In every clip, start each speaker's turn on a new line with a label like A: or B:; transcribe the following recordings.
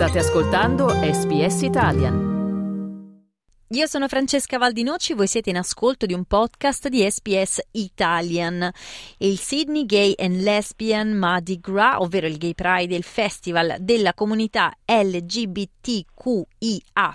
A: State ascoltando SBS Italian.
B: Io sono Francesca Valdinoci, voi siete in ascolto di un podcast di SBS Italian. Il Sydney Gay and Lesbian Mardi Gras, ovvero il Gay Pride, il festival della comunità LGBTQIA+,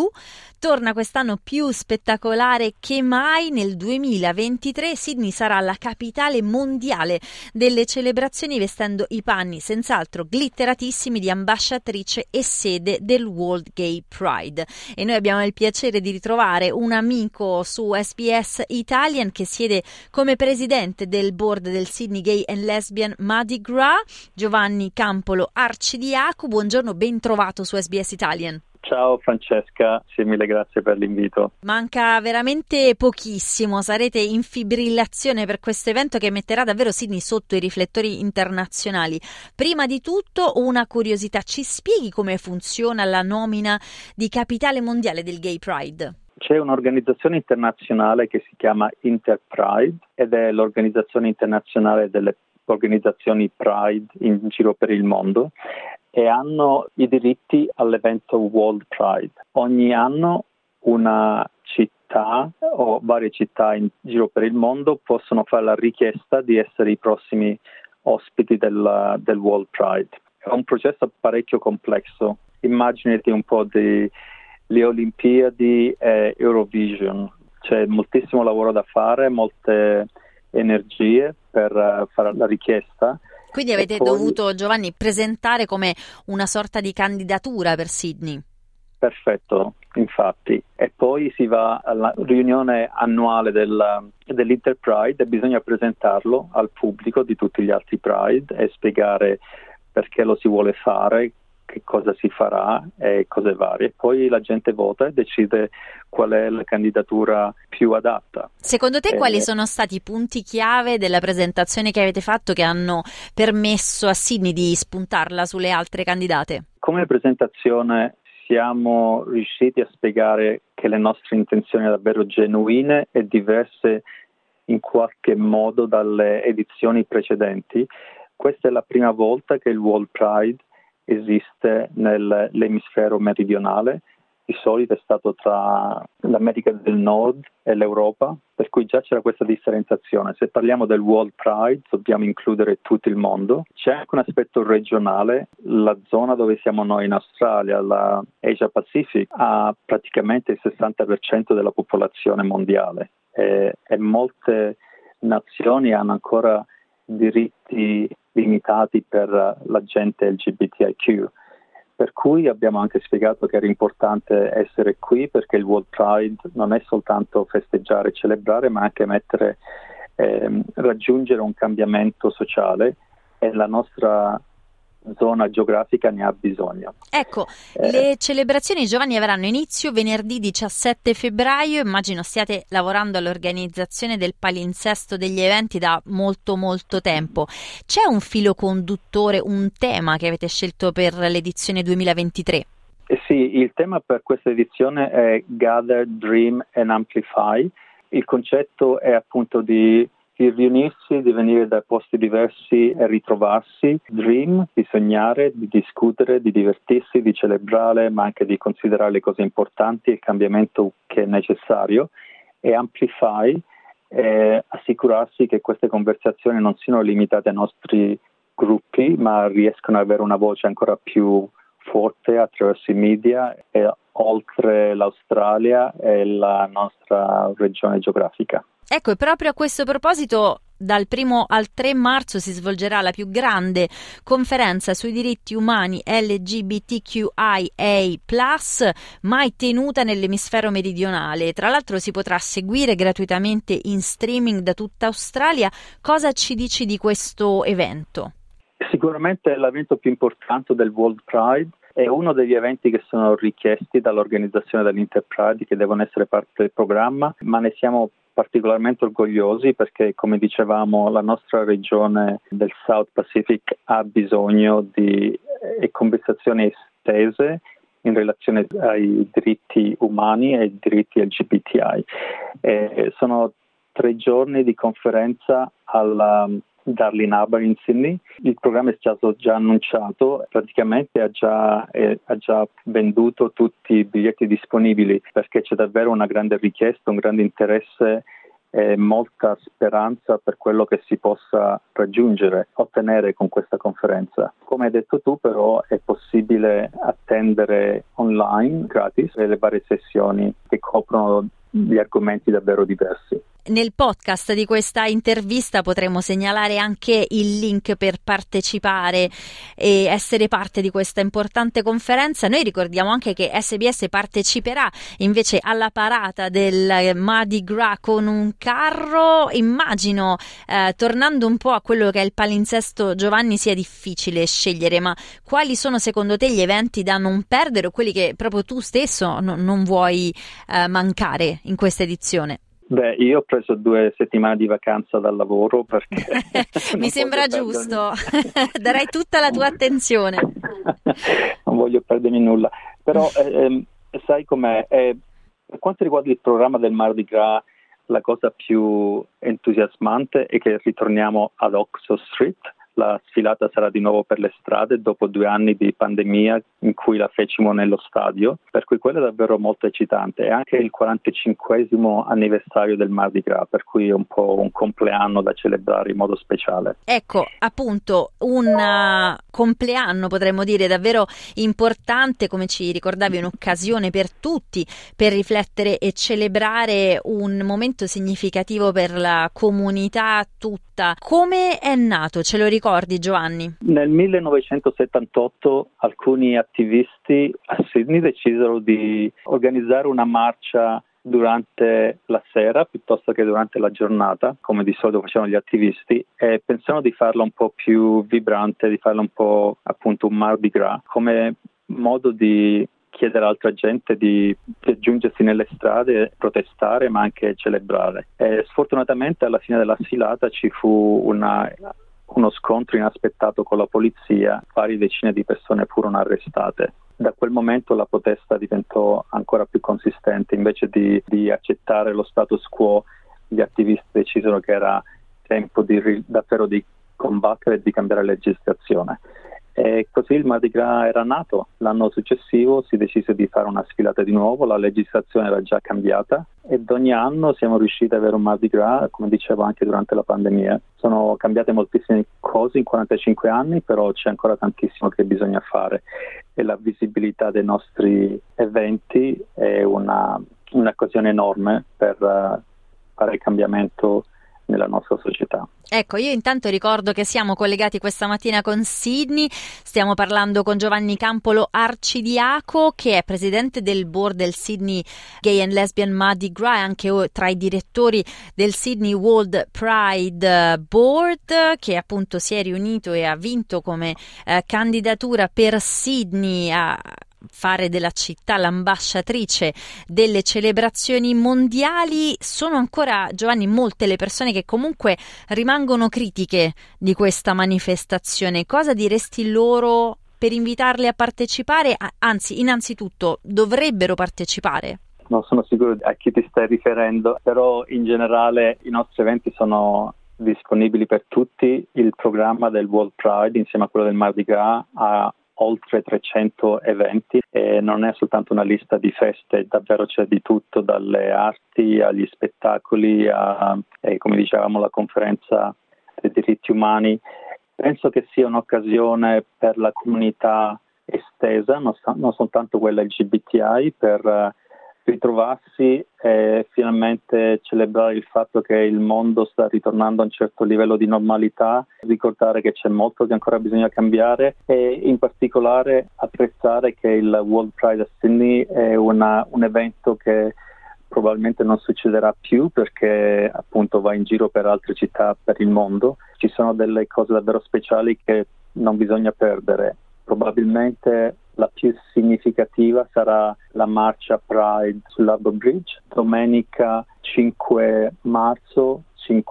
B: torna quest'anno più spettacolare che mai. Nel 2023 Sydney sarà la capitale mondiale delle celebrazioni, vestendo i panni senz'altro glitteratissimi di ambasciatrice e sede del World Gay Pride. E noi abbiamo il piacere di ritrovare un amico su SBS Italian che siede come presidente del board del Sydney Gay and Lesbian Mardi Gras, Giovanni Campolo Arcidiaco. Buongiorno, ben trovato su SBS Italian.
C: Ciao Francesca, sì, mille grazie per l'invito.
B: Manca veramente pochissimo, sarete in fibrillazione per questo evento che metterà davvero Sydney sotto i riflettori internazionali. Prima di tutto una curiosità, ci spieghi come funziona la nomina di capitale mondiale del Gay Pride?
C: C'è un'organizzazione internazionale che si chiama Interpride ed è l'organizzazione internazionale delle organizzazioni Pride in giro per il mondo e hanno i diritti all'evento World Pride. Ogni anno una città o varie città in giro per il mondo possono fare la richiesta di essere i prossimi ospiti del World Pride. È un processo parecchio complesso. Immaginati un po' le Olimpiadi e Eurovision. C'è moltissimo lavoro da fare, molte energie per fare la richiesta.
B: Quindi avete dovuto, Giovanni, presentare come una sorta di candidatura per Sydney.
C: Perfetto, infatti. E poi si va alla riunione annuale dell'Interpride e bisogna presentarlo al pubblico di tutti gli altri Pride e spiegare perché lo si vuole fare, che cosa si farà e cose varie. Poi la gente vota e decide qual è la candidatura più adatta.
B: Secondo te quali sono stati i punti chiave della presentazione che avete fatto che hanno permesso a Sydney di spuntarla sulle altre candidate?
C: Come presentazione siamo riusciti a spiegare che le nostre intenzioni sono davvero genuine e diverse in qualche modo dalle edizioni precedenti. Questa è la prima volta che il World Pride esiste nell'emisfero meridionale. Di solito è stato tra l'America del Nord e l'Europa, per cui già c'era questa differenziazione. Se parliamo del World Pride dobbiamo includere tutto il mondo. C'è anche un aspetto regionale. La zona dove siamo noi in Australia, la Asia Pacific, ha praticamente il 60% della popolazione mondiale e molte nazioni hanno ancora diritti limitati per la gente LGBTIQ, per cui abbiamo anche spiegato che era importante essere qui perché il World Pride non è soltanto festeggiare e celebrare, ma anche raggiungere un cambiamento sociale e la nostra zona geografica ne ha bisogno.
B: Ecco, le celebrazioni, Giovanni, avranno inizio venerdì 17 febbraio, immagino stiate lavorando all'organizzazione del palinsesto degli eventi da molto tempo. C'è un filo conduttore, un tema che avete scelto per l'edizione 2023?
C: Sì, il tema per questa edizione è Gather, Dream and Amplify. Il concetto è appunto di riunirsi, di venire da posti diversi e ritrovarsi, dream, di sognare, di discutere, di divertirsi, di celebrare, ma anche di considerare le cose importanti e il cambiamento che è necessario, e amplify, assicurarsi che queste conversazioni non siano limitate ai nostri gruppi, ma riescono ad avere una voce ancora più forte attraverso i media e oltre l'Australia e la nostra regione geografica.
B: Ecco, e proprio a questo proposito, dal 1 al 3 marzo si svolgerà la più grande conferenza sui diritti umani LGBTQIA+, mai tenuta nell'emisfero meridionale. Tra l'altro si potrà seguire gratuitamente in streaming da tutta Australia. Cosa ci dici di questo evento?
C: Sicuramente è l'evento più importante del World Pride. È uno degli eventi che sono richiesti dall'organizzazione dell'Interpride, che devono essere parte del programma, ma ne siamo particolarmente orgogliosi perché, come dicevamo, la nostra regione del South Pacific ha bisogno di conversazioni estese in relazione ai diritti umani e ai diritti LGBTI. Sono 3 giorni di conferenza Darlene Harbour in Sydney. Il programma è stato già annunciato, praticamente ha già venduto tutti i biglietti disponibili, perché c'è davvero una grande richiesta, un grande interesse e molta speranza per quello che si possa ottenere con questa conferenza. Come hai detto tu, però, è possibile attendere online gratis le varie sessioni che coprono gli argomenti davvero diversi.
B: Nel podcast di questa intervista potremo segnalare anche il link per partecipare e essere parte di questa importante conferenza. Noi ricordiamo anche che SBS parteciperà invece alla parata del Mardi Gras con un carro. Immagino, tornando un po' a quello che è il palinsesto, Giovanni, sia difficile scegliere, ma quali sono secondo te gli eventi da non perdere o quelli che proprio tu stesso non vuoi mancare in questa edizione?
C: Beh, io ho preso 2 settimane di vacanza dal lavoro perché
B: mi sembra giusto. Darai tutta la tua attenzione.
C: Non voglio perdermi nulla, però sai com'è? Per quanto riguarda il programma del Mardi Gras, la cosa più entusiasmante è che ritorniamo ad Oxford Street. La sfilata sarà di nuovo per le strade dopo 2 anni di pandemia in cui la fecimo nello stadio, per cui quello è davvero molto eccitante. È anche il 45esimo anniversario del Mardi Gras, per cui è un po' un compleanno da celebrare in modo speciale.
B: Ecco, appunto, un compleanno potremmo dire davvero importante, come ci ricordavi, un'occasione per tutti per riflettere e celebrare un momento significativo per la comunità tutta. Come è nato? Ce lo ricordi, Giovanni?
C: Nel 1978 alcuni attivisti a Sydney decisero di organizzare una marcia durante la sera piuttosto che durante la giornata, come di solito facevano gli attivisti, e pensavano di farla un po' più vibrante, di farla un po' appunto un Mardi Gras, come modo di chiedere all'altra gente di aggiungersi nelle strade, protestare ma anche celebrare. E sfortunatamente alla fine della sfilata ci fu uno scontro inaspettato con la polizia, varie decine di persone furono arrestate. Da quel momento la protesta diventò ancora più consistente. Invece di accettare lo status quo, gli attivisti decisero che era tempo davvero di combattere e di cambiare legislazione. E così il Mardi Gras era nato. L'anno successivo si decise di fare una sfilata di nuovo, la legislazione era già cambiata ed ogni anno siamo riusciti ad avere un Mardi Gras, come dicevo anche durante la pandemia. Sono cambiate moltissime cose in 45 anni, però c'è ancora tantissimo che bisogna fare e la visibilità dei nostri eventi è un'occasione enorme per fare il cambiamento nella nostra società.
B: Ecco, io intanto ricordo che siamo collegati questa mattina con Sydney, stiamo parlando con Giovanni Campolo Arcidiaco, che è presidente del board del Sydney Gay and Lesbian Mardi Gras e anche tra i direttori del Sydney World Pride Board, che appunto si è riunito e ha vinto come candidatura per Sydney a fare della città l'ambasciatrice delle celebrazioni mondiali. Sono ancora, Giovanni, molte le persone che comunque rimangono critiche di questa manifestazione. Cosa diresti loro per invitarle a partecipare? Anzi, innanzitutto, dovrebbero partecipare?
C: Non sono sicuro a chi ti stai riferendo, però in generale i nostri eventi sono disponibili per tutti. Il programma del World Pride insieme a quello del Mardi Gras ha oltre 300 eventi e non è soltanto una lista di feste, davvero c'è di tutto, dalle arti agli spettacoli come dicevamo la conferenza dei diritti umani. Penso che sia un'occasione per la comunità estesa, non soltanto quella LGBTI, per ritrovarsi e finalmente celebrare il fatto che il mondo sta ritornando a un certo livello di normalità, ricordare che c'è molto che ancora bisogna cambiare e in particolare apprezzare che il World Pride a Sydney è un evento che probabilmente non succederà più perché appunto va in giro per altre città per il mondo. Ci sono delle cose davvero speciali che non bisogna perdere. Probabilmente la più significativa sarà la marcia Pride sull'Harbour Bridge. Domenica 5 marzo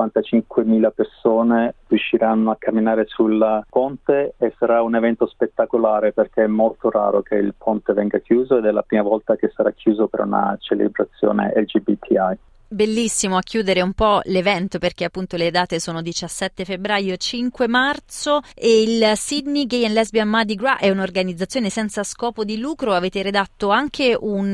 C: 55.000 persone riusciranno a camminare sul ponte e sarà un evento spettacolare perché è molto raro che il ponte venga chiuso ed è la prima volta che sarà chiuso per una celebrazione LGBTI.
B: Bellissimo a chiudere un po' l'evento, perché appunto le date sono 17 febbraio e 5 marzo e il Sydney Gay and Lesbian Mardi Gras è un'organizzazione senza scopo di lucro. Avete redatto anche un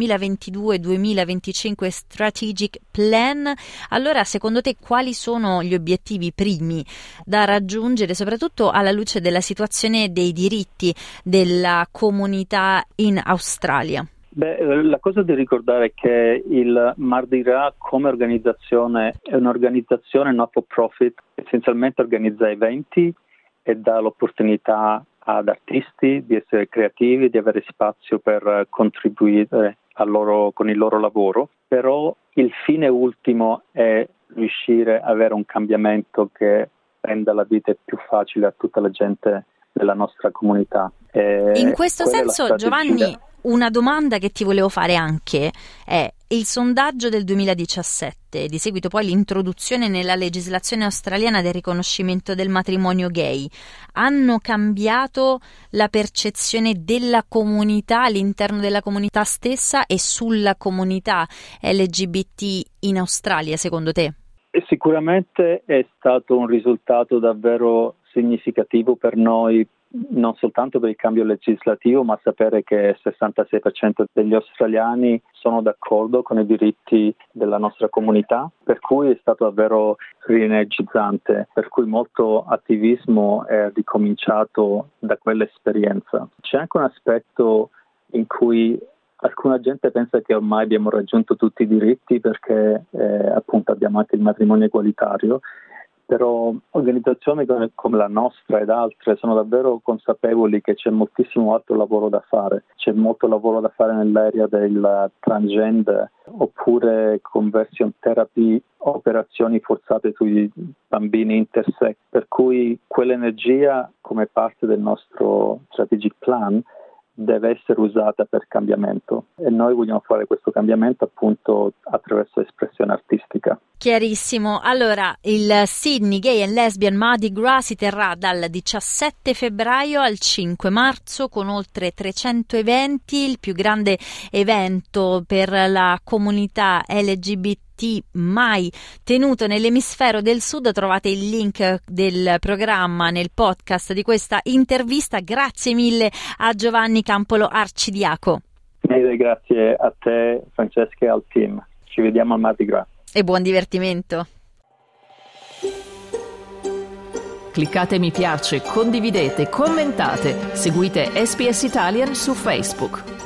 B: 2022-2025 Strategic Plan. Allora, secondo te quali sono gli obiettivi primi da raggiungere, soprattutto alla luce della situazione dei diritti della comunità in Australia?
C: La cosa da ricordare è che il Mardi Gras come organizzazione è un'organizzazione not for profit, essenzialmente organizza eventi e dà l'opportunità ad artisti di essere creativi, di avere spazio per contribuire con il loro lavoro, però il fine ultimo è riuscire ad avere un cambiamento che renda la vita più facile a tutta la gente della nostra comunità.
B: In questo senso, Giovanni, una domanda che ti volevo fare anche è: il sondaggio del 2017, di seguito poi l'introduzione nella legislazione australiana del riconoscimento del matrimonio gay, hanno cambiato la percezione della comunità all'interno della comunità stessa e sulla comunità LGBT in Australia, secondo te?
C: Sicuramente è stato un risultato davvero significativo per noi, non soltanto per il cambio legislativo, ma sapere che il 66% degli australiani sono d'accordo con i diritti della nostra comunità, per cui è stato davvero rienergizzante, per cui molto attivismo è ricominciato da quell'esperienza. C'è anche un aspetto in cui alcuna gente pensa che ormai abbiamo raggiunto tutti i diritti perché appunto abbiamo anche il matrimonio egualitario, però organizzazioni come la nostra ed altre sono davvero consapevoli che c'è moltissimo altro lavoro da fare. C'è molto lavoro da fare nell'area del transgender, oppure conversion therapy, operazioni forzate sui bambini intersex, per cui quell'energia come parte del nostro strategic plan deve essere usata per cambiamento e noi vogliamo fare questo cambiamento appunto attraverso l'espressione artistica.
B: Chiarissimo. Allora, il Sydney Gay and Lesbian Mardi Gras si terrà dal 17 febbraio al 5 marzo con oltre 300 eventi, il più grande evento per la comunità LGBT mai tenuto nell'emisfero del sud. Trovate il link del programma nel podcast di questa intervista. Grazie mille a Giovanni Campolo Arcidiaco.
C: Grazie a te, Francesca, e al team. Ci vediamo al Mardi Gras.
B: E buon divertimento.
A: Cliccate mi piace, condividete, commentate, seguite SBS Italian su Facebook.